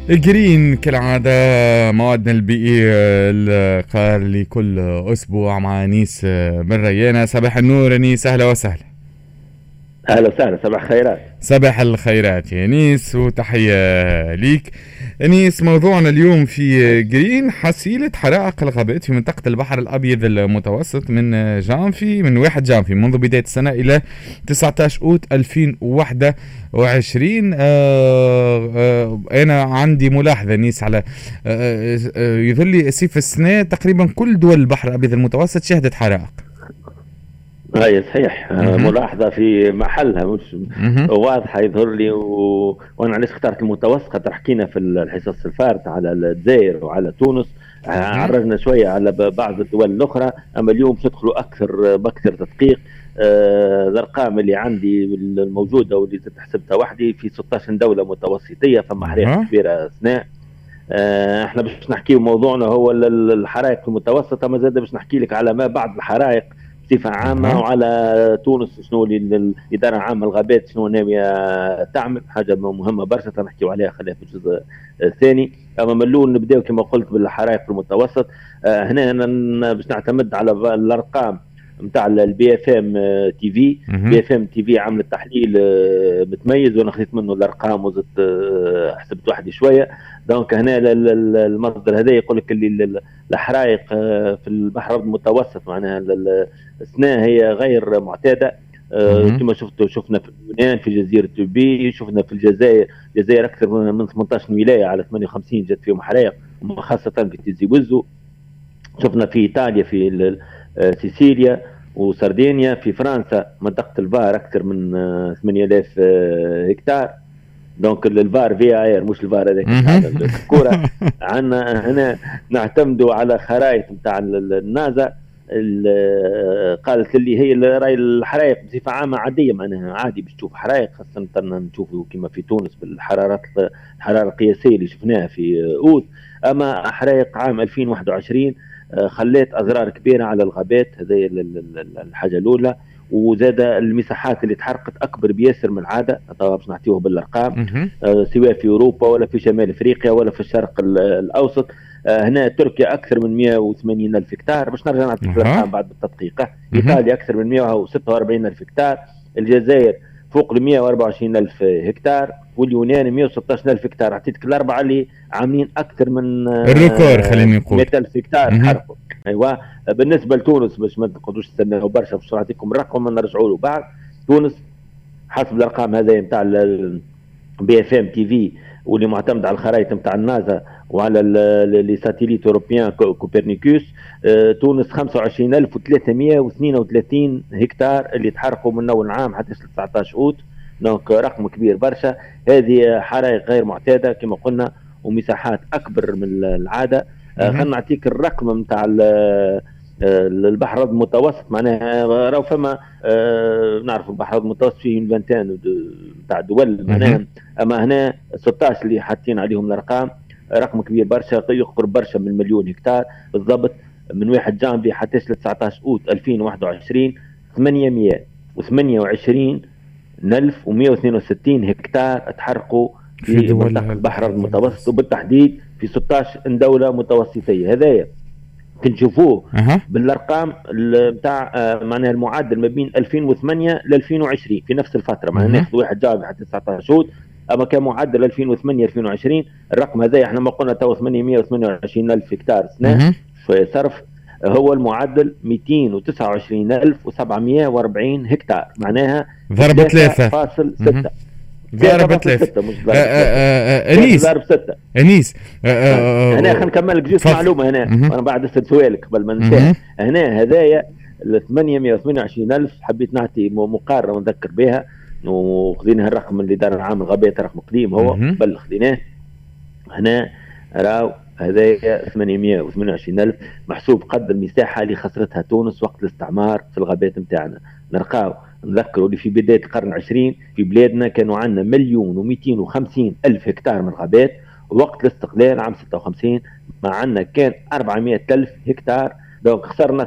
جرين كالعادة، موعدنا البيئي القار لكل أسبوع مع أنيس من ريانة. صباح النور أنيس، أهلا وسهلا. اهلا وسهلا، صباح خيرات. صباح الخيرات يا أنيس وتحية ليك. أنيس، موضوعنا اليوم في جرين حصيلة حرائق الغابات في منطقة البحر الأبيض المتوسط من جانفي، من 1 جانفي منذ بداية السنة إلى 19 أوت 2021. أنا عندي ملاحظة أنيس على يظل لي في السنة تقريبا كل دول البحر الأبيض المتوسط شهدت حرائق. هاي صحيح، ملاحظة في محلها، مش مهم. واضحة يظهر لي وأنا علاش اخترت المتوسط، خاطر حكينا في الحصص الفارطة على الجزائر وعلى تونس، مهم. عرجنا شوية على بعض الدول الأخرى. أما اليوم ندخلوا أكثر بأكثر تدقيق. الأرقام اللي عندي الموجودة واللي حسبتها وحدي في 16 دولة متوسطية، فما حرائق كبيرة أثناء. احنا باش نحكي موضوعنا هو الحرائق المتوسطة، ما زاد باش نحكي لك على ما بعض الحرائق بصفة عامة، وعلى تونس شنو اللي الإدارة العامة الغابات شنو ناوية تعمل. حاجة مهمة برشا نحكيو عليها، خليها في الجزء الثاني. أما من الأول نبداو كما قلت بالحرائق في المتوسط. هنا أنا باش نعتمد على الأرقام نتاع البي اف ام تي في. بي اف ام تي في عملت تحليل متميز، وانا خذيت منه الارقام وزدت حسبت وحدي شويه. دونك هنا المصدر هذا يقول لك اللي الحرائق في البحر المتوسط معناها السنه هي غير معتاده. كما شفنا في اليونان، في جزيره توبي، شفنا في الجزائر اكثر من 18 ولايه على 58 جت فيهم حرائق، خاصه في تيزي وزو. شفنا في ايطاليا في سيسيليا وسردينيا. في فرنسا منطقه الفار اكثر من 8000 هكتار. دونك الفار في اير، مش الفار هذاك نتاع الكره. عندنا هنا نعتمدوا على خرائط نتاع النازا. قالت اللي هي راي الحرائق بصفه عامه عاديه، معناها عادي باش تشوف حرائق، خاصه نشوفوا كما في تونس بالحرارات، الحراره القياسيه اللي شفناها في اوت. اما حرائق عام 2021 خلات اضرار كبيره على الغابات، هذه الحاجه الاولى. وزاد المساحات اللي تحرقت اكبر بياسر من العاده، طبعا باش نعطيوه بالارقام. سواء في اوروبا ولا في شمال افريقيا ولا في الشرق الاوسط. هنا تركيا اكثر من 180 الف هكتار، باش نرجع نعطيك الارقام بعد بالتدقيق. ايطاليا اكثر من 146 الف هكتار. الجزائر فوق ال 124 الف هكتار. واليونان 116 الف هكتار. اعطيتك الاربعه اللي عاملين اكثر من الريكور خليني نقول 100 الف هكتار حرقوا. ايوه. بالنسبه لتونس باش ما تقعدوش تستناو برشا، باش نعطيكم الرقم نرجعوا له بعد. تونس حسب الارقام هذه نتاع بي اف ام تي في، واللي معتمد على الخرائط نتاع النازا وعلى لي ساتيليت اوروبيان كوبرنيكوس. تونس 25332 هكتار اللي تحرقوا من اول عام حتى 19 اوت. دونك رقم كبير برشا. هذه حرائق غير معتاده كما قلنا، ومساحات اكبر من العاده. خلينا نعطيك الرقم نتاع البحر المتوسط. معناها راهو فما نعرف البحر المتوسط فيه 200 نتاع دول معناها. اما هنا 16 اللي حاطين عليهم الارقام رقم كبير برشا، يقرب برشا من مليون هكتار بالضبط. من 1 جانفي حتى 19 اوت 2021 828,162 هكتار تحرقوا في منطقه البحر المتوسط، وبالتحديد في 16 دوله متوسطيه. هذايا كنشوفوه بالارقام نتاع معناها المعدل ما بين 2008 ل 2020 في نفس الفتره. معناها ناخذ 1 جانفي حتى 19 شهور، اما كان معدل 2008 2020 الرقم هذا احنا ما قلنا تو 828 الف هكتار سنه شويه صرف، هو المعدل 229,740 هكتار. معناها ضرب 3.6 ضرب 3. انيس ضرب 6. انيس هنا خلينا نكمل لك جزء معلومه هنا، وانا بعد اسال سؤالك قبل ما ننسى. هنا هذايا ال 828,000 حبيت نعطي مقارنه ونذكر بها، وخذينا الرقم من الاداره العامه للغابات، رقم قديم هو بل خذيناه. هنا راو هذايا 828,000 محسوب قد المساحه اللي خسرتها تونس وقت الاستعمار في الغابات نتاعنا. نذكروا اللي في بدايه القرن العشرين في بلادنا كانوا عندنا 1,250,000 هكتار من الغابات، ووقت الاستقلال عام 56 ما عندنا كان 400,000 هكتار. دونك خسرنا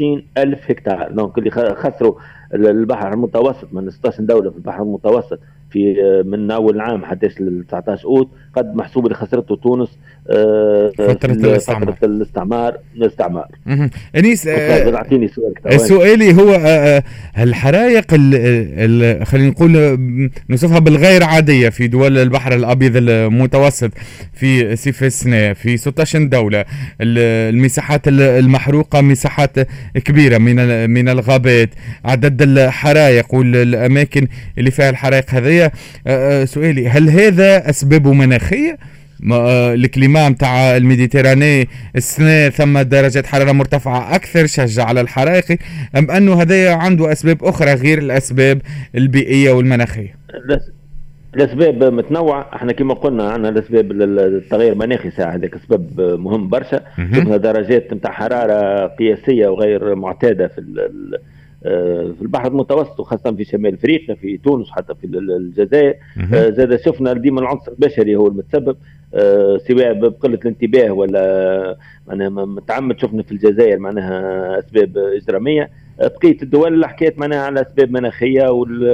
850,000 هكتار. دونك اللي خسروا البحر المتوسط من 16 دولة في البحر المتوسط في من اول العام حتى ل 19 اوت، قد محسوب اللي خسرته تونس فترة الاستعمار. انيس، اعطيني سؤالي هو الحرائق خلينا نقول نوصفها بالغير عادية في دول البحر الأبيض المتوسط في سيف السنة في 16 دولة، المساحات المحروقة مساحات كبيرة من الغابات، عدد الحرائق والأماكن اللي فيها الحرائق هذه. سؤالي، هل هذا أسبابه مناخية؟ الكليما متاع الميديتراني السنة ثم درجات حرارة مرتفعة أكثر شجع على الحرائق، أم أنه هذا عنده أسباب أخرى غير الأسباب البيئية والمناخية؟ الأسباب متنوعة. احنا كما قلنا عندنا الأسباب التغير المناخي ساعة، هذاك سبب مهم برشا. شفنا درجات متاع حرارة قياسية وغير معتادة في البحر المتوسط، وخاصة في شمال افريقيا، في تونس، حتى في الجزائر. زاد شفنا ديما العنصر البشري هو المتسبب، سواء بقلة الانتباه ولا معناها متعمد. شفنا في الجزائر معناها أسباب إجرامية. بقية الدول اللي حكيت معناها على أسباب مناخية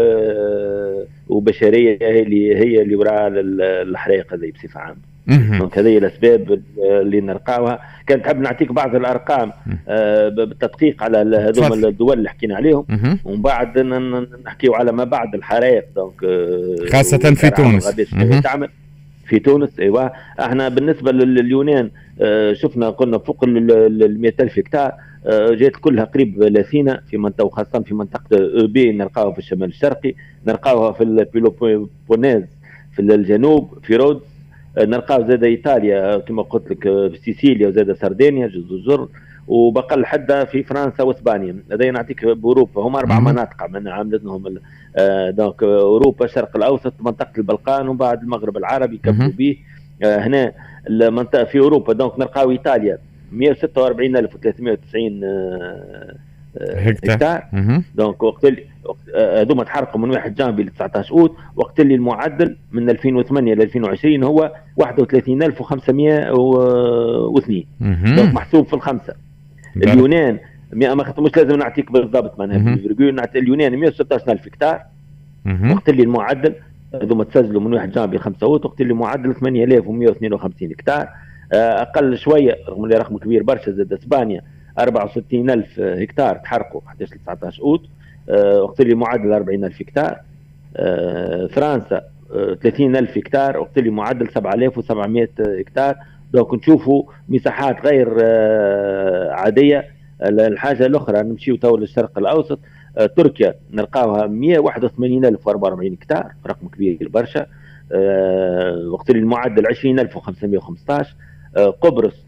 وبشرية هي اللي وراء الحرائق هذه بصفة عامة. دونك هذه الأسباب اللي نلقاوها. كانت حاب نعطيك بعض الأرقام بالتدقيق على هذوما الدول اللي حكينا عليهم، ومن بعد نحكيو على ما بعد الحرائق. دونك خاصة في تونس. في تونس ايوه. احنا بالنسبه لليونان شفنا قلنا فوق ال 100,000 هكتار، جات كلها قريب لاثينا في منطقه، وخاصه في منطقه بي نلقاوها في الشمال الشرقي، نلقاوها في البيلوبونيز في الجنوب في رودز، نلقاو زاد ايطاليا كما قلت لك في سيسيليا، وزاد سردينيا جزر الجزر، وبقى حدا في فرنسا واسبانيا. هذا نعطيك باوروبا هم 4 مناطق عملت لهم دونك اوروبا الشرق الاوسط، منطقه البلقان، وبعد المغرب العربي كملوا به. هنا المنطقه في اوروبا دونك نلقاو ايطاليا 146,390 هكتار. دونك وقت اللي هذوما تحرقوا من 1 جانفي ل 19 اوت، وقت اللي المعدل من 2008 ل 2020 هو 31,502. دونك محسوب في الخمسه. اليونان مش لازم نعطيك بالضبط معناها بالفيرجول، نعطي اليونان 116,000 هكتار، وقت اللي المعدل هذوما تسجلوا من 1 جانفي ل 5 اوت، وقت اللي المعدل 8,152 هكتار. اقل شويه رغم اللي رقم كبير برشا. زاد اسبانيا 64,000 هكتار تحرقوا 11 ل 19 اوت، وقت اللي معدل 40,000 هكتار. فرنسا 30,000 هكتار، وقت اللي معدل 7,700 هكتار. دونك نشوفوا مساحات غير عاديه. الحاجه الاخرى نمشيو تو للشرق الاوسط، تركيا نلقاوها 181,044 هكتار، رقم كبير برشا، وقت اللي المعدل 20,515. قبرص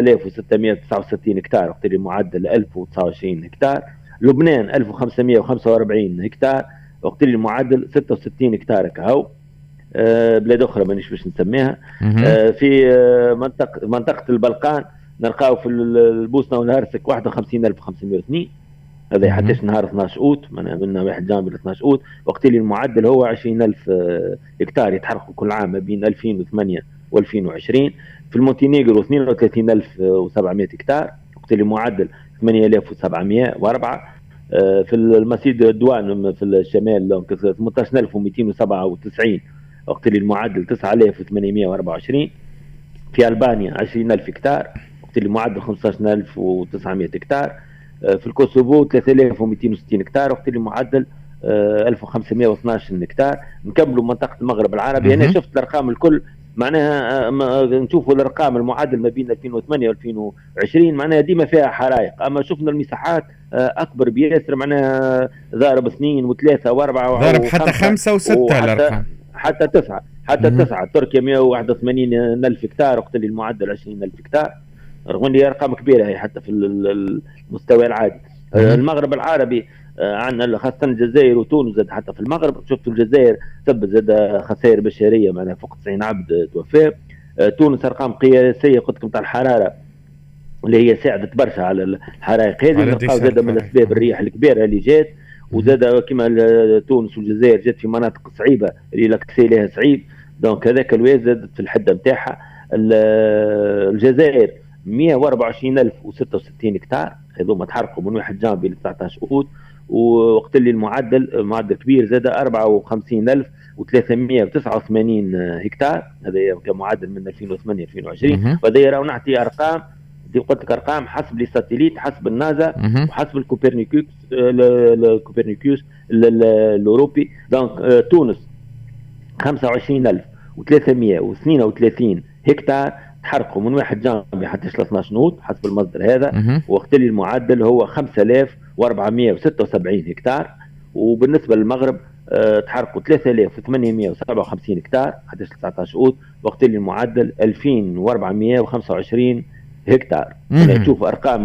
5,669 هكتار، وقت اللي المعدل 1,029 هكتار. لبنان 1,545 هكتار، وقت اللي المعدل 66 هكتار. كهو بلاد اخرى مانيش باش نسميها. في منطقه البلقان نلقاو في البوسنه والهرسك 51,502، هذا حتىش نهار 12 اوت، من 1 جانفي ل 12 اوت، وقت اللي المعدل هو 20,000 هكتار يتحرقوا كل عام ما بين 2008 و2020. في المونتينيغرو 32,700 هكتار، وقت اللي معدل 8,704. في المسيد الدوان في الشمال 18,297، وقت اللي المعدل 9,824. في ألبانيا 20,000 هكتار، وقت اللي المعدل 15,900 هكتار. في الكوسوفو 3,260 هكتار، وقت اللي معدل 1,512 هكتار. نكملوا منطقة المغرب العربي. أنا شفت الأرقام الكل معناها نشوفوا الأرقام المعدل ما بين 2008 و 2020 معناها ديما فيها حرائق، أما شفنا المساحات أكبر بياسر، معناها ضارب 2 و3 و4 ضارب حتى 5 و6 الأرقام، حتى 9 حتى 9. تركيا 181,000 هكتار، وقت اللي المعدل 20,000 هكتار، رغم ان ارقام كبيره هي حتى في المستوى العادي. المغرب العربي عندنا خاصه الجزائر وتونس، زاد حتى في المغرب شفتوا الجزائر سبب زاد خسائر بشريه معناها فوق 90 عبد توفى. تونس ارقام قياسيه قلت لكم تاع الحراره اللي هي ساعدت برشا على الحرائق هذه. نلقاو زاد من الاسباب الرياح الكبيره اللي جات، وزاد كما تونس والجزائر جات في مناطق صعيبه اللي لاكسي لها صعيب، دونك هذاك الواز زادت في الحده نتاعها. الجزائر 124,066 هكتار، هذوما تحرقوا من 1 جانفي ل 19 اوت، ووقت اللي المعدل معدل كبير زاد 54,389 هكتار، هذا كمعدل من 2008 2020. وهذا راهو نعطي ارقام، قلت لك ارقام حسب الساتيليت، حسب النازا وحسب الكوبرنيكوس الاوروبي. دونك تونس 25,332 هكتار تحرقوا من 1 جانفي حتى 12 نوت حسب المصدر هذا. وقت اللي المعدل هو 5,476 هكتار. وبالنسبه للمغرب تحرقوا 3,857 هكتار حتى 19 اوت، وقت اللي المعدل 2,425 هكتار. تشوف ارقام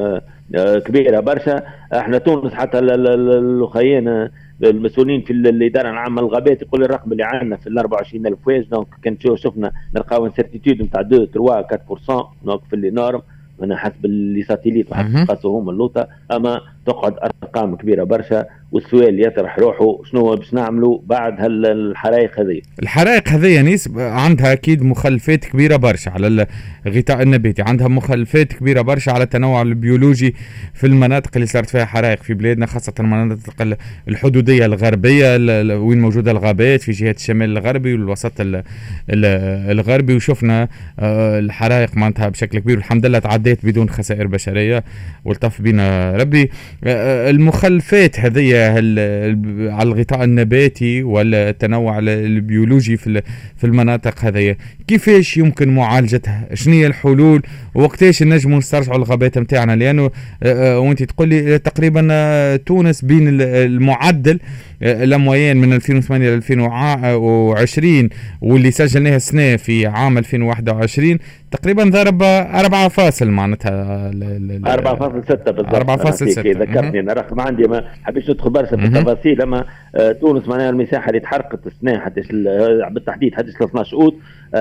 كبيره برشا. احنا تونس حتى الخيان المسؤولين في الاداره العامه للغابات يقول الرقم اللي عندنا في ال 24,000 فواز. دونك كان شفنا نلقاو انسرتيتود نتاع 2 3 4%. دونك في اللي نورم انا حسب اللي ساتيليت وحسب قاسهم اللوطه، اما تقعد ارقام كبيره برشا. والسؤال يطرح روحه شنو باش نعملوا بعد الحرائق هذه؟ الحرائق هذه نيس عندها اكيد مخلفات كبيره برشا على الغطاء النباتي، عندها مخلفات كبيره برشا على التنوع البيولوجي في المناطق اللي صارت فيها حرائق في بلادنا، خاصه المناطق الحدوديه الغربيه وين موجوده الغابات في جهه الشمال الغربي والوسط الغربي. وشفنا الحرائق معناتها بشكل كبير والحمد لله تعديت بدون خسائر بشريه والطف بنا ربي. المخلفات هذه على الغطاء النباتي والتنوع البيولوجي في المناطق هذه كيفاش يمكن معالجتها؟ شنو هي الحلول ووقتاش نجموا نسترجعوا الغابات نتاعنا؟ لانه وانت تقول لي تقريبا تونس بين المعدل الامويين من 2008 ل 2020 واللي سجلناها السنه في عام 2021 تقريبا ضرب 4 فاصل معناتها 4.6 بالضبط. 4.6 ذكرتني انا رقم عندي ما حبيتش ندخل برشا في التفاصيل. اما تونس معناها المساحه اللي تحرقت السنه حتى بالتحديد حتى 12 اوت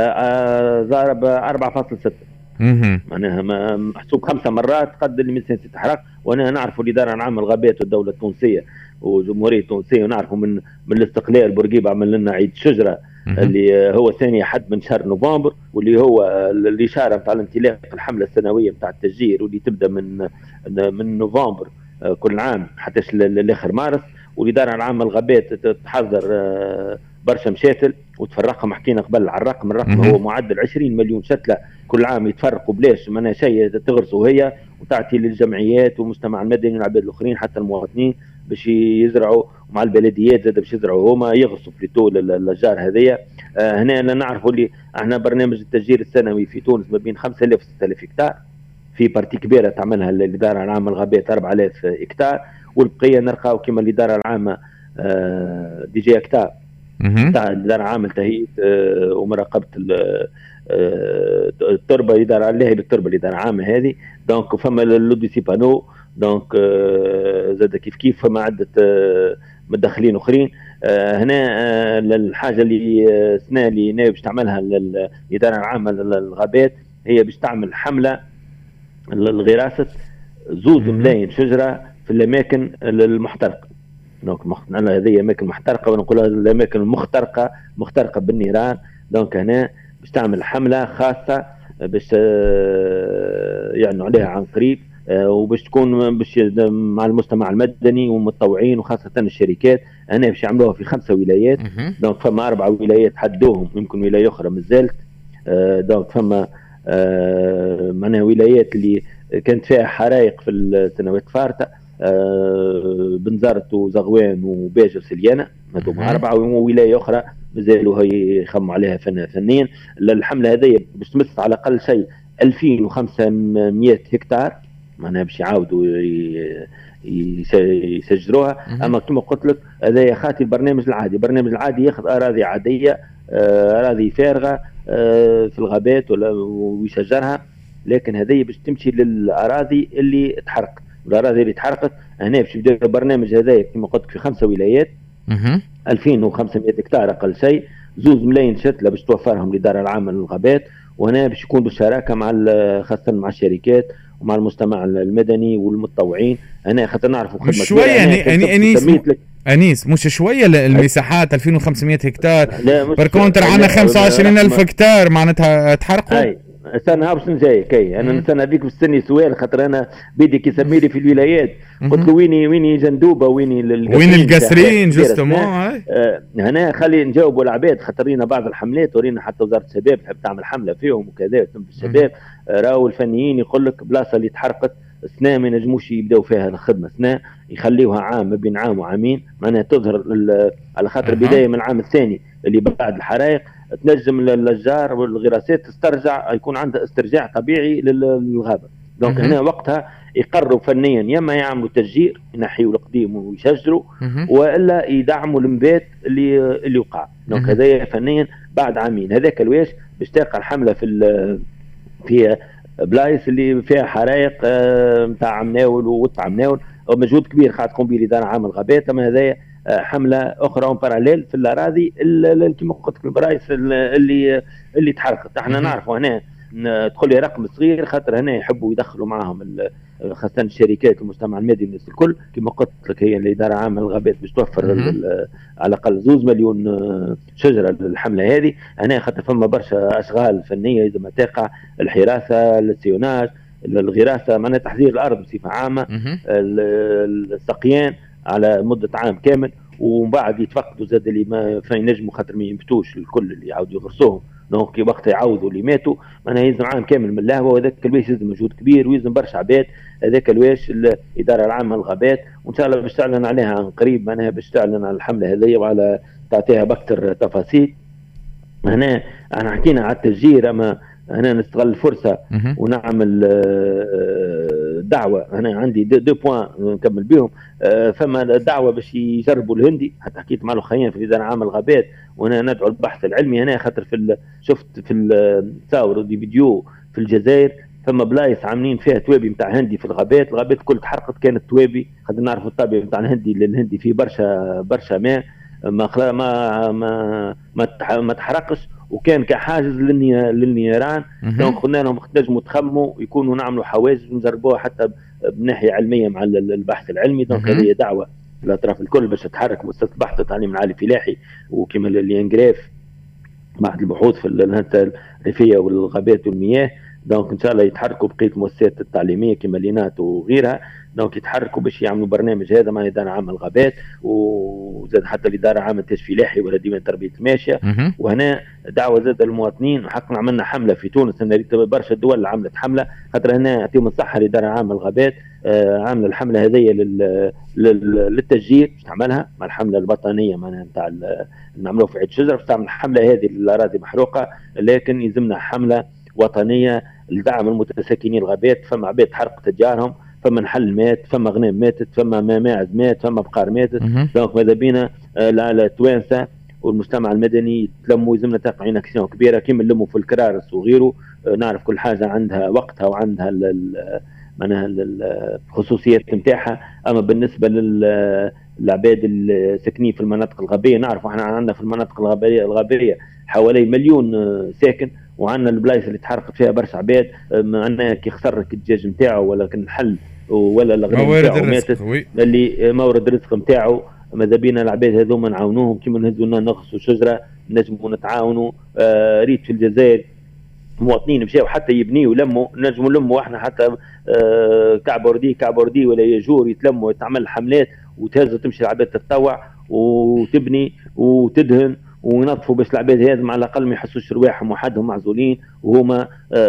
ضرب 4.6 معناها محسوب 5 مرات قد اللي مثلا تحرق. وانا نعرفوا الاداره العامه للغابات والدوله التونسيه وجمهوريه التونسيه، ونعرفوا من الاستقلال بورقيبه عمل لنا عيد شجره اللي هو ثاني حد من شهر نوفمبر، واللي هو الاشاره نتاع الانطلاق الحمله السنويه نتاع التشجير واللي تبدا من نوفمبر كل عام حتى لاخر مارس. والاداره العامه للغابات تحضر برشا مشاتل وتفرقهم. حكينا قبل على الرقم هو معدل 20 مليون شتله كل عام يتفرقوا بلاش معناها شيء تغرسوا هي وتعطي للجمعيات والمجتمع المدني والعباد الاخرين حتى المواطنين باش يزرعوا، ومع البلديات زاد باش يزرعوا هما يغرسوا في طول الاشجار هذيا. هنا نعرفوا اللي احنا برنامج التشجير السنوي في تونس ما بين 5,000 و 6,000 هكتار، في بارتي كبيره تعملها الاداره العامه للغابات 4,000 هكتار، والبقيه نلقاو كما الاداره العامه دي جي هكتار تاع الاداره العامه لتهيئه ومراقبه التربه، الاداره اللاهي بالتربه الاداره العامه هذه. دونك فما لوديسي بانو، دونك زاد كيف فما عده متدخلين اخرين. هنا الحاجه اللي السنه اللي ناوي باش تعملها الاداره العامه للغابات هي باش تعمل حمله لغراسه 2 ملايين شجره في الاماكن المحترقه. دونك هذه اماكن محترقه ونقولها الاماكن مخترقه بالنيران. دونك هنا باش تعمل حمله خاصه باش يعنوا عليها عن قريب، وباش تكون باش مع المجتمع المدني والمتطوعين وخاصه الشركات. هنا باش يعملوها في 5 ولايات. دونك فما 4 ولايات حدوهم، يمكن ولايه اخرى مازالت. دونك فما معناها ولايات اللي كانت فيها حرائق في السنوات الفارطه، بنزرت وزغوان وباجة وسليانة، هذوما 4. وولاية أخرى مازالوا يخموا عليها فنيا. الحملة هذه باش تمس على أقل شيء 2500 هكتار معناها باش يعاودوا يسجروها. أما كما قلت لك هذا خاطي البرنامج العادي ياخذ أراضي عادية، أراضي فارغة في الغابات ويسجرها، لكن هذه باش تمشي للأراضي اللي تحرقت. الأراضي اللي تحرقت هنا باش يبدأ البرنامج هذا كما قلت في 5 ولايات 2500 هكتار أقل شيء، 2 ملايين شتلة باش توفرهم الإدارة العامة للغابات. وهنا باش يكون بالشراكة مع خاصة مع الشركات ومع المجتمع المدني والمتطوعين. هنا خاطر نعرفوا خدمة شوية أنيس مش شوية المساحات 2500 هكتار بركونتر عنا 25,000 هكتار معناتها تحرقوا. السنه باش نجاي كي انا السنه هذيك بستني سؤال، خاطر انا بيدي كي سميلي في الولايات قلت له ويني جندوبه وين القصرين جوستومون. هنا خلي نجاوبوا العباد، خاطر رينا بعض الحملات ورينا حتى وزاره الشباب تحب تعمل حمله فيهم وكذا وتم الشباب. راهو الفنيين يقول لك بلاصه اللي تحرقت سنه ما ينجموش يبداو فيها الخدمه، سنه يخليوها عام ما بين عام وعامين، معناها تظهر على خاطر بدايه من العام الثاني اللي بعد الحرائق تنجم الاشجار والغراسات تسترجع، يكون عندها استرجاع طبيعي للغابه. دونك هنا وقتها يقرروا فنيا يما يعملوا تشجير ينحيوا القديم ويشجروا، والا يدعموا النبات اللي وقع. دونك هذايا فنيا بعد عامين. هذاك الواش باش تلقى الحمله في بلايص اللي فيها حرائق نتاع مناول ووسط مناول، مجهود كبير قاعد تقوم به الاداره العامه للغابات. اما هذايا حمله اخرى اون باراليل في الاراضي كما قلت لك البرايس اللي تحرقت. احنا نعرفوا هنا تقول لي رقم صغير، خاطر هنا يحبوا يدخلوا معاهم خاصه الشركات المجتمع المدني الناس الكل. كما قلت لك هي الاداره العامه للغابات باش توفر على الاقل 2 مليون شجره للحمله هذه. هنا خاطر فما برشا اشغال فنيه لازم تقع، الحراسه، السيوناج، الغراسه، معناها تحذير الارض بصفه عامه، السقيان على مده عام كامل، ومن بعد يتفقدوا زاد اللي ما ينجموا خاطر ما ينبتوش الكل اللي يعاودوا يغرسوهم. دونك وقت يعوضوا اللي ماتوا معناها يلزم عام كامل من اللهوه، وهذاك الواش يلزم مجهود كبير ويلزم برشا عباد. هذاك الواش الاداره العامه للغابات وان شاء الله باش تعلن عليها عن قريب، معناها باش تعلن على الحمله هذه وعلى تعطيها باكثر تفاصيل. هنا احنا حكينا على التشجير، اما هنا نستغل الفرصه ونعمل دعوه. هنا عندي دو بوان نكمل بهم. فما دعوه باش يجربوا الهندي، حتى حكيت مع الاخوين في الاداره العامه للغابات، وانا ندعو البحث العلمي هنا خاطر شفت في التصاور دي فيديو في الجزائر فما بلايص عاملين فيها توابي نتاع هندي في الغابات كل تحرقت كانت توابي. خاطر نعرف الطابع نتاع الهندي فيه برشا ماء ما تحرقش، وكان كحاجز للنيران. دونك قلنا لهم تنجموا تخموا يكونوا نعملوا حواجز ونجربوها حتى بناحيه علميه مع البحث العلمي. دونك هذه دعوه الاطراف الكل باش تتحرك مؤسسه البحث والتعليم العالي فلاحي وكما اليانجراف معهد البحوث في الهندسه الريفيه والغابات والمياه. دونك ان شاء الله يتحركوا بقيه المؤسسات التعليميه كما لينات وغيرها. دونك يتحركوا باش يعملوا برنامج هذا مع الاداره العامه للغابات وزاد حتى الاداره العامه للتنشئ الفلاحي ولا ديوان تربيه الماشيه. وهنا دعوه زاد المواطنين، وحقنا عملنا حمله في تونس، ان برشا الدول اللي عملت حمله خاطر هنا يعطيهم الصحه الاداره العامه للغابات عامله الحمله هذه للتشجير باش تعملها مع الحمله الوطنيه معناها نتاع نعملوها في عيد شجره، باش تعمل الحمله هذه للاراضي محروقه، لكن يلزمنا حمله وطنيه لدعم المتساكنين الغابات. فما عباد تحرقت ديارهم، فما نحل مات، فما غنم ماتت، فما ماعز مات، فما بقار ماتت. دونك ماذا بينا التوانسه والمجتمع المدني يتلموا، يلزمنا تقع عين اكسيون كبيره كيما نلموا في الكرارس وغيره. نعرف كل حاجه عندها وقتها وعندها معناها الخصوصيات نتاعها. اما بالنسبه للعباد الساكنين في المناطق الغابيه، نعرف احنا عندنا في المناطق الغابيه حوالي 1 مليون ساكن، وعندنا البلايص اللي تحرقت فيها برشا عباد. عندنا كي خسرك الدجاج نتاعو ولا كنحل ولا الغنم نتاعو ماتت اللي مورد الرزق نتاعو. ماذا بينا العباد هذوما نعاونوهم كيما نهزوا لنا نغصوا شجره، نجموا نتعاونوا. ريت في الجزائر مواطنين مشاو حتى يبنيوا ولموا، نجموا نلموا احنا حتى كعبوردي ولا يجور يتلموا، تعمل حملات وتهز وتمشي العباد تتطوع وتبني وتدهن ونظفوا باش العباد هذا على الاقل ما يحسوش رواحهم وحدهم معزولين، وهما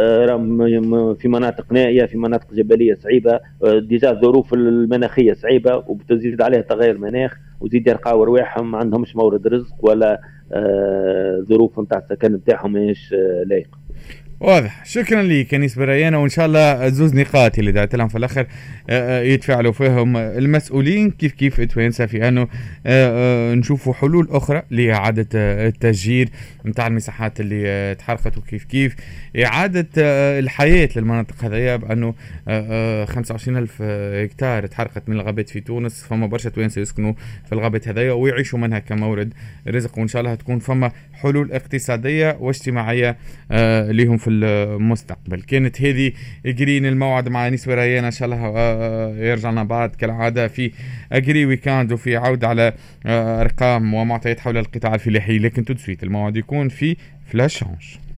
في مناطق نائيه، في مناطق جبليه صعيبه، ديجا الظروف المناخيه صعيبه، وبتزيد عليها تغير مناخ وزيد يلقاو رواحهم ما عندهمش مورد رزق ولا ظروف نتاع السكن نتاعهم ماهيش لايقه. واضح. شكرا لك انيس بريانه، وان شاء الله زوز نقاط اللي دعت لهم في الاخر يتفاعلوا فيهم المسؤولين كيف توانسه في انه نشوفوا حلول اخرى لاعاده التشجير نتاع المساحات اللي تحرقت، وكيف اعاده الحياه للمناطق هذيا، بانه 25,000 هكتار تحرقت من الغابات في تونس. فما برشا توانسه يسكنوا في الغابات هذيا ويعيشوا منها كمورد رزق، وان شاء الله تكون فما حلول اقتصاديه واجتماعيه ليهم في المستقبل. كانت هذه جرين الموعد مع انيس بريانه، ان شاء الله يرجعنا بعد كالعاده في اجري ويكاند وفي عودة على ارقام ومعطيات حول القطاع الفلاحي، لكن تدسويت الموعد يكون في فلاش شانج.